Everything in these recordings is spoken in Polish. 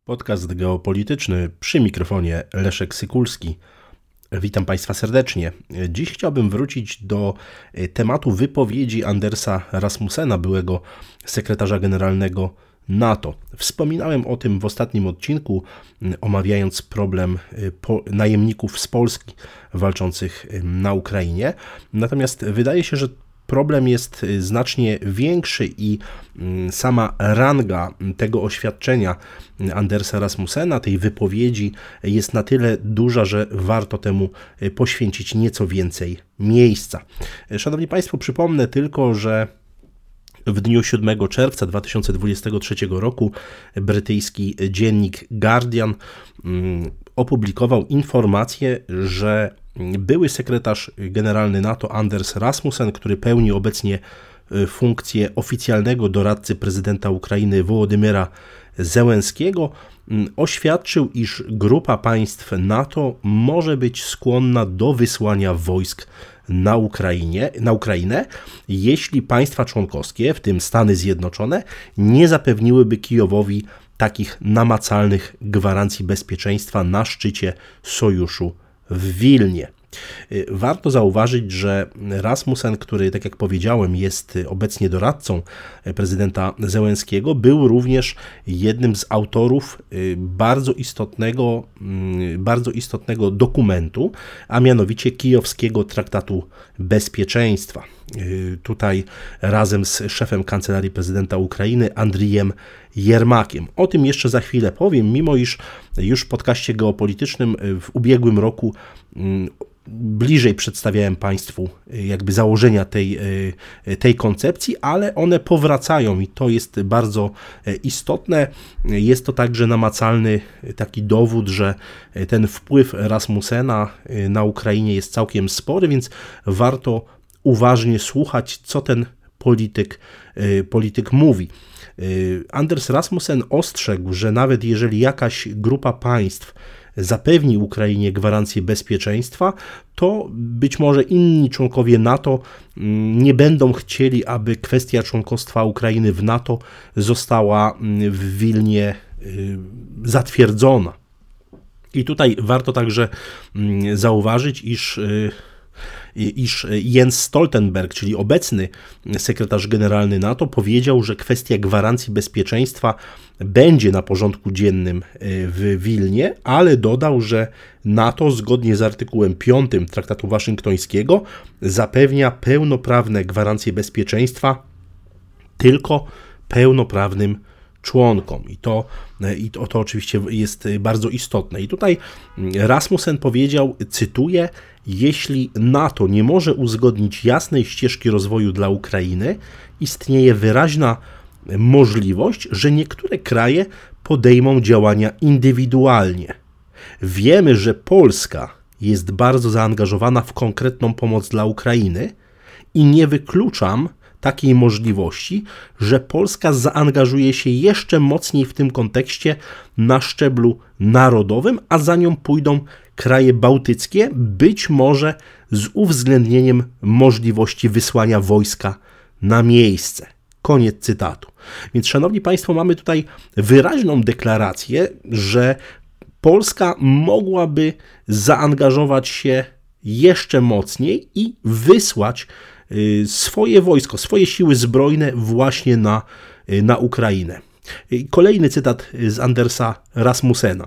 Podcast geopolityczny, przy mikrofonie Leszek Sykulski. Witam Państwa serdecznie. Dziś chciałbym wrócić do tematu wypowiedzi Andersa Rasmussena, byłego sekretarza generalnego NATO. Wspominałem o tym w ostatnim odcinku, omawiając problem najemników z Polski walczących na Ukrainie. Natomiast wydaje się, że problem jest znacznie większy i sama ranga tego oświadczenia Andersa Rasmussena, tej wypowiedzi jest na tyle duża, że warto temu poświęcić nieco więcej miejsca. Szanowni Państwo, przypomnę tylko, że w dniu 7 czerwca 2023 roku brytyjski dziennik Guardian opublikował informację, że były sekretarz generalny NATO Anders Rasmussen, który pełni obecnie funkcję oficjalnego doradcy prezydenta Ukrainy Wołodymyra Zełenskiego, oświadczył, iż grupa państw NATO może być skłonna do wysłania wojsk na Ukrainę, jeśli państwa członkowskie, w tym Stany Zjednoczone, nie zapewniłyby Kijowowi takich namacalnych gwarancji bezpieczeństwa na szczycie sojuszu w Wilnie. Warto zauważyć, że Rasmussen, który, tak jak powiedziałem, jest obecnie doradcą prezydenta Zełenskiego, był również jednym z autorów bardzo istotnego dokumentu, a mianowicie Kijowskiego Traktatu Bezpieczeństwa. Tutaj razem z szefem Kancelarii Prezydenta Ukrainy Andrijem Jermakiem. O tym jeszcze za chwilę powiem, mimo iż już w podcaście geopolitycznym w ubiegłym roku bliżej przedstawiałem Państwu jakby założenia tej koncepcji, ale one powracają i to jest bardzo istotne. Jest to także namacalny taki dowód, że ten wpływ Rasmussena na Ukrainie jest całkiem spory, więc warto uważnie słuchać, co ten polityk mówi. Anders Rasmussen ostrzegł, że nawet jeżeli jakaś grupa państw zapewni Ukrainie gwarancję bezpieczeństwa, to być może inni członkowie NATO nie będą chcieli, aby kwestia członkostwa Ukrainy w NATO została w Wilnie zatwierdzona. I tutaj warto także zauważyć, iż Jens Stoltenberg, czyli obecny sekretarz generalny NATO, powiedział, że kwestia gwarancji bezpieczeństwa będzie na porządku dziennym w Wilnie, ale dodał, że NATO zgodnie z artykułem 5 Traktatu Waszyngtońskiego zapewnia pełnoprawne gwarancje bezpieczeństwa tylko pełnoprawnym członkom. I to oczywiście jest bardzo istotne. I tutaj Rasmussen powiedział, cytuję: jeśli NATO nie może uzgodnić jasnej ścieżki rozwoju dla Ukrainy, istnieje wyraźna możliwość, że niektóre kraje podejmą działania indywidualnie. Wiemy, że Polska jest bardzo zaangażowana w konkretną pomoc dla Ukrainy i nie wykluczam takiej możliwości, że Polska zaangażuje się jeszcze mocniej w tym kontekście na szczeblu narodowym, a za nią pójdą kraje bałtyckie, być może z uwzględnieniem możliwości wysłania wojska na miejsce. Koniec cytatu. Więc, szanowni Państwo, mamy tutaj wyraźną deklarację, że Polska mogłaby zaangażować się jeszcze mocniej i wysłać swoje wojsko, swoje siły zbrojne właśnie na Ukrainę. Kolejny cytat z Andersa Rasmussena.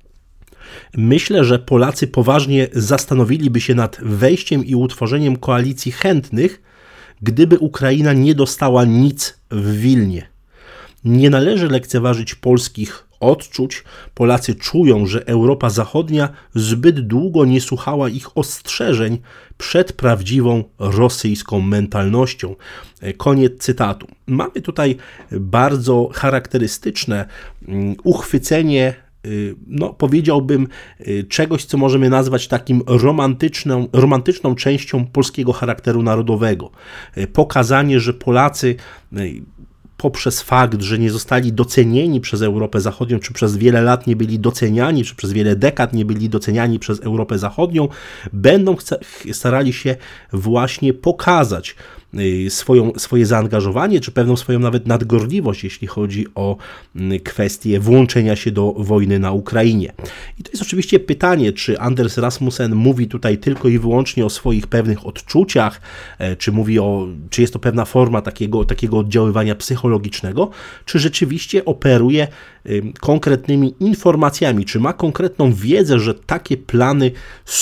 Myślę, że Polacy poważnie zastanowiliby się nad wejściem i utworzeniem koalicji chętnych, gdyby Ukraina nie dostała nic w Wilnie. Nie należy lekceważyć polskich odczuć. Polacy czują, że Europa Zachodnia zbyt długo nie słuchała ich ostrzeżeń przed prawdziwą rosyjską mentalnością. Koniec cytatu. Mamy tutaj bardzo charakterystyczne uchwycenie, powiedziałbym, czegoś, co możemy nazwać takim romantyczną częścią polskiego charakteru narodowego. Pokazanie, że Polacy poprzez fakt, że nie zostali docenieni przez Europę Zachodnią, czy przez wiele lat nie byli doceniani, czy przez wiele dekad nie byli doceniani przez Europę Zachodnią, będą starali się właśnie pokazać swoje zaangażowanie, czy pewną swoją nawet nadgorliwość, jeśli chodzi o kwestię włączenia się do wojny na Ukrainie. I to jest oczywiście pytanie, czy Anders Rasmussen mówi tutaj tylko i wyłącznie o swoich pewnych odczuciach, czy jest to pewna forma takiego oddziaływania psychologicznego, czy rzeczywiście operuje konkretnymi informacjami, czy ma konkretną wiedzę, że takie plany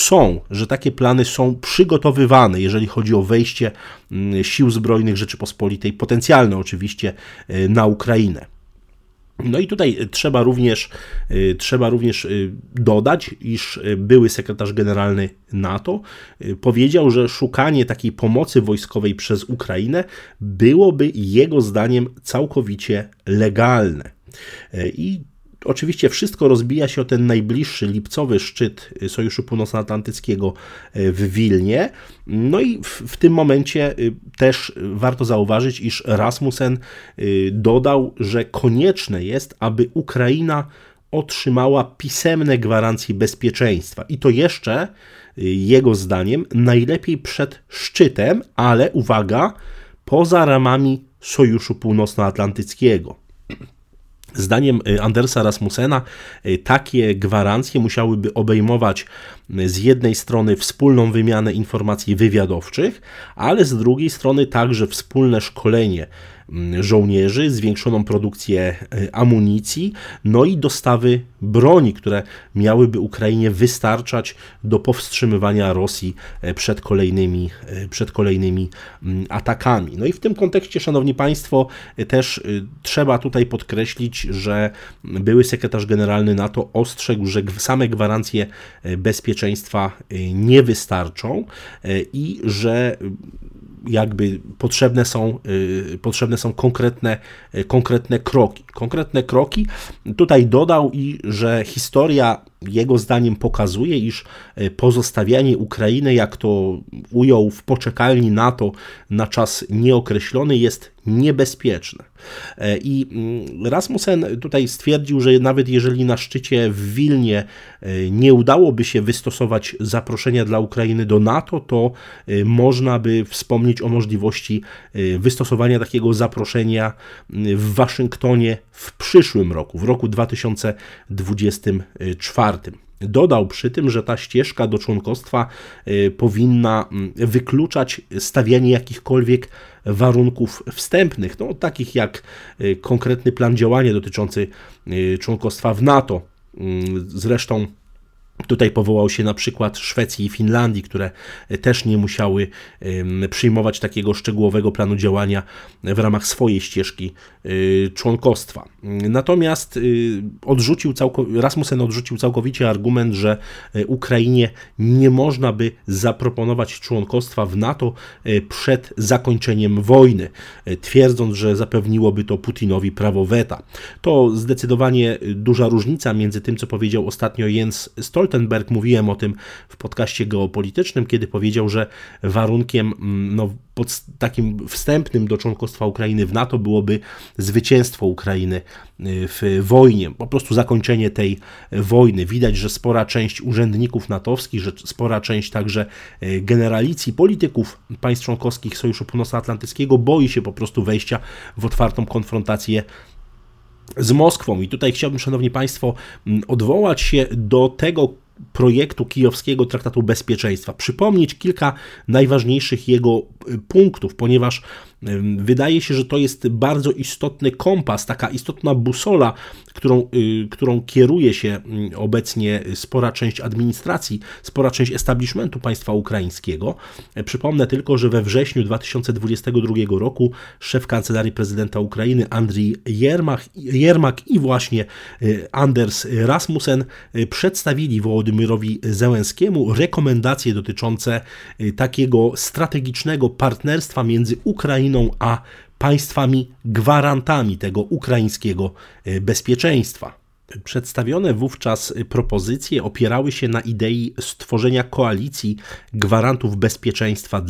są przygotowywane, jeżeli chodzi o wejście sił zbrojnych Rzeczypospolitej, potencjalne oczywiście, na Ukrainę. No i tutaj trzeba również dodać, iż były sekretarz generalny NATO powiedział, że szukanie takiej pomocy wojskowej przez Ukrainę byłoby jego zdaniem całkowicie legalne. I oczywiście wszystko rozbija się o ten najbliższy lipcowy szczyt Sojuszu Północnoatlantyckiego w Wilnie. No i w tym momencie też warto zauważyć, iż Rasmussen dodał, że konieczne jest, aby Ukraina otrzymała pisemne gwarancje bezpieczeństwa. I to jeszcze, jego zdaniem, najlepiej przed szczytem, ale uwaga, poza ramami Sojuszu Północnoatlantyckiego. Zdaniem Andersa Rasmussena takie gwarancje musiałyby obejmować z jednej strony wspólną wymianę informacji wywiadowczych, ale z drugiej strony także wspólne szkolenie żołnierzy, zwiększoną produkcję amunicji, no i dostawy broni, które miałyby Ukrainie wystarczać do powstrzymywania Rosji przed kolejnymi atakami. No i w tym kontekście, szanowni państwo, też trzeba tutaj podkreślić, że były sekretarz generalny NATO ostrzegł, że same gwarancje bezpieczeństwa nie wystarczą i że jakby potrzebne są konkretne kroki. Konkretne kroki. Tutaj dodał, że historia jego zdaniem pokazuje, iż pozostawianie Ukrainy, jak to ujął, w poczekalni NATO na czas nieokreślony, jest niebezpieczne. I Rasmussen tutaj stwierdził, że nawet jeżeli na szczycie w Wilnie nie udałoby się wystosować zaproszenia dla Ukrainy do NATO, to można by wspomnieć o możliwości wystosowania takiego zaproszenia w Waszyngtonie w przyszłym roku, w roku 2024. Dodał przy tym, że ta ścieżka do członkostwa powinna wykluczać stawianie jakichkolwiek warunków wstępnych, no, takich jak konkretny plan działania dotyczący członkostwa w NATO. Zresztą tutaj powołał się na przykład Szwecji i Finlandii, które też nie musiały przyjmować takiego szczegółowego planu działania w ramach swojej ścieżki członkostwa. Natomiast Rasmussen odrzucił całkowicie argument, że Ukrainie nie można by zaproponować członkostwa w NATO przed zakończeniem wojny, twierdząc, że zapewniłoby to Putinowi prawo weta. To zdecydowanie duża różnica między tym, co powiedział ostatnio Jens Stoltenberg. Mówiłem o tym w podcaście geopolitycznym, kiedy powiedział, że warunkiem takim wstępnym do członkostwa Ukrainy w NATO byłoby zwycięstwo Ukrainy w wojnie, po prostu zakończenie tej wojny. Widać, że spora część urzędników natowskich, że spora część także generalicji, polityków państw członkowskich Sojuszu Północnoatlantyckiego boi się po prostu wejścia w otwartą konfrontację z Moskwą. I tutaj chciałbym, szanowni państwo, odwołać się do tego projektu kijowskiego Traktatu Bezpieczeństwa, przypomnieć kilka najważniejszych jego punktów, ponieważ wydaje się, że to jest bardzo istotny kompas, taka istotna busola, którą kieruje się obecnie spora część administracji, spora część establishmentu państwa ukraińskiego. Przypomnę tylko, że we wrześniu 2022 roku szef Kancelarii Prezydenta Ukrainy Andrii Jermak i właśnie Anders Rasmussen przedstawili Wołodymyrowi Zełenskiemu rekomendacje dotyczące takiego strategicznego partnerstwa między Ukrainą a państwami gwarantami tego ukraińskiego bezpieczeństwa. Przedstawione wówczas propozycje opierały się na idei stworzenia koalicji gwarantów bezpieczeństwa dla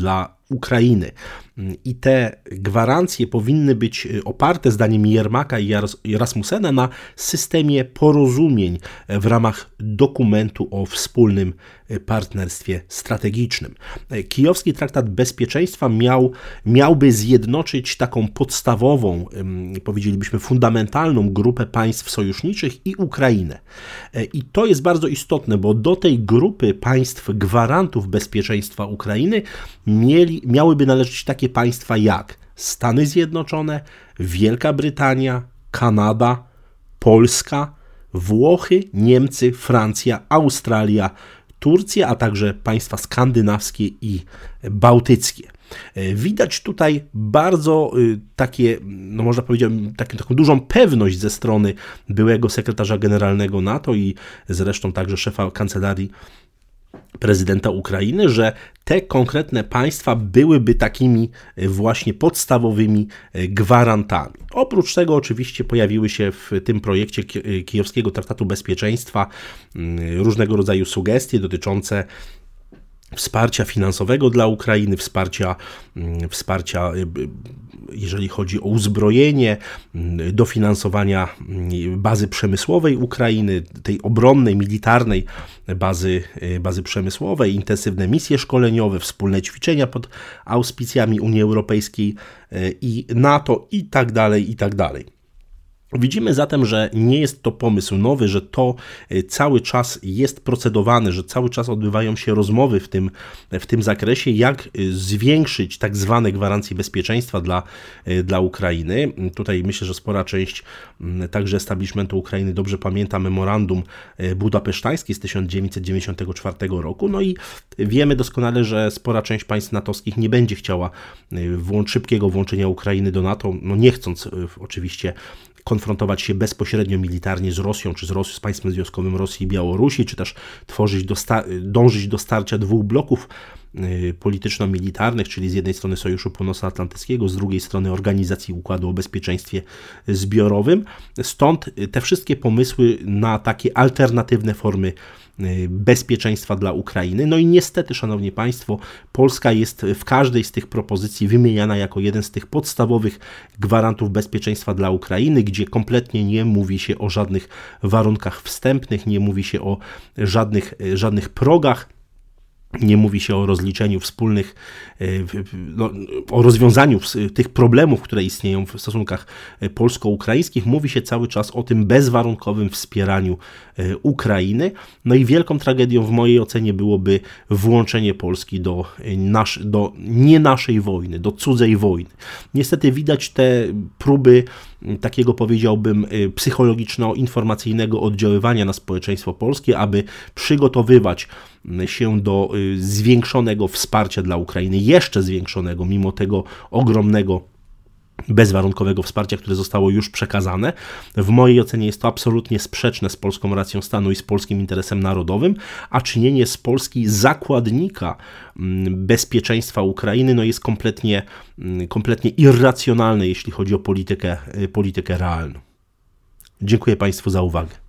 Ukrainy. I te gwarancje powinny być oparte, zdaniem Jermaka i Rasmussena, na systemie porozumień w ramach dokumentu o wspólnym partnerstwie strategicznym. Kijowski Traktat Bezpieczeństwa miałby zjednoczyć taką podstawową, powiedzielibyśmy fundamentalną grupę państw sojuszniczych i Ukrainę. I to jest bardzo istotne, bo do tej grupy państw gwarantów bezpieczeństwa Ukrainy miałyby należeć takie państwa jak Stany Zjednoczone, Wielka Brytania, Kanada, Polska, Włochy, Niemcy, Francja, Australia, Turcja, a także państwa skandynawskie i bałtyckie. Widać tutaj bardzo takie, no można powiedzieć, taką dużą pewność ze strony byłego sekretarza generalnego NATO i zresztą także szefa kancelarii prezydenta Ukrainy, że te konkretne państwa byłyby takimi właśnie podstawowymi gwarantami. Oprócz tego oczywiście pojawiły się w tym projekcie Kijowskiego Traktatu Bezpieczeństwa różnego rodzaju sugestie dotyczące wsparcia finansowego dla Ukrainy, wsparcia jeżeli chodzi o uzbrojenie, dofinansowania bazy przemysłowej Ukrainy, tej obronnej, militarnej bazy przemysłowej, intensywne misje szkoleniowe, wspólne ćwiczenia pod auspicjami Unii Europejskiej i NATO i tak dalej, i tak dalej. Widzimy zatem, że nie jest to pomysł nowy, że to cały czas jest procedowane, że cały czas odbywają się rozmowy w tym zakresie, jak zwiększyć tak zwane gwarancje bezpieczeństwa dla Ukrainy. Tutaj myślę, że spora część także establishmentu Ukrainy dobrze pamięta memorandum budapesztańskie z 1994 roku. No i wiemy doskonale, że spora część państw natowskich nie będzie chciała szybkiego włączenia Ukrainy do NATO, no nie chcąc oczywiście konfrontować się bezpośrednio militarnie z Rosją, czy z państwem związkowym Rosji i Białorusi, czy też dążyć do starcia dwóch bloków polityczno-militarnych, czyli z jednej strony Sojuszu Północnoatlantyckiego, z drugiej strony Organizacji Układu o Bezpieczeństwie Zbiorowym. Stąd te wszystkie pomysły na takie alternatywne formy bezpieczeństwa dla Ukrainy. No i niestety, szanowni państwo, Polska jest w każdej z tych propozycji wymieniana jako jeden z tych podstawowych gwarantów bezpieczeństwa dla Ukrainy, gdzie kompletnie nie mówi się o żadnych warunkach wstępnych, nie mówi się o żadnych progach, nie mówi się o rozliczeniu wspólnych, o rozwiązaniu tych problemów, które istnieją w stosunkach polsko-ukraińskich. Mówi się cały czas o tym bezwarunkowym wspieraniu Ukrainy. No i wielką tragedią w mojej ocenie byłoby włączenie Polski do nie naszej wojny, do cudzej wojny. Niestety widać te próby takiego, powiedziałbym, psychologiczno-informacyjnego oddziaływania na społeczeństwo polskie, aby przygotowywać się do zwiększonego wsparcia dla Ukrainy, jeszcze zwiększonego, mimo tego ogromnego bezwarunkowego wsparcia, które zostało już przekazane. W mojej ocenie jest to absolutnie sprzeczne z polską racją stanu i z polskim interesem narodowym, a czynienie z Polski zakładnika bezpieczeństwa Ukrainy no jest kompletnie irracjonalne, jeśli chodzi o politykę realną. Dziękuję Państwu za uwagę.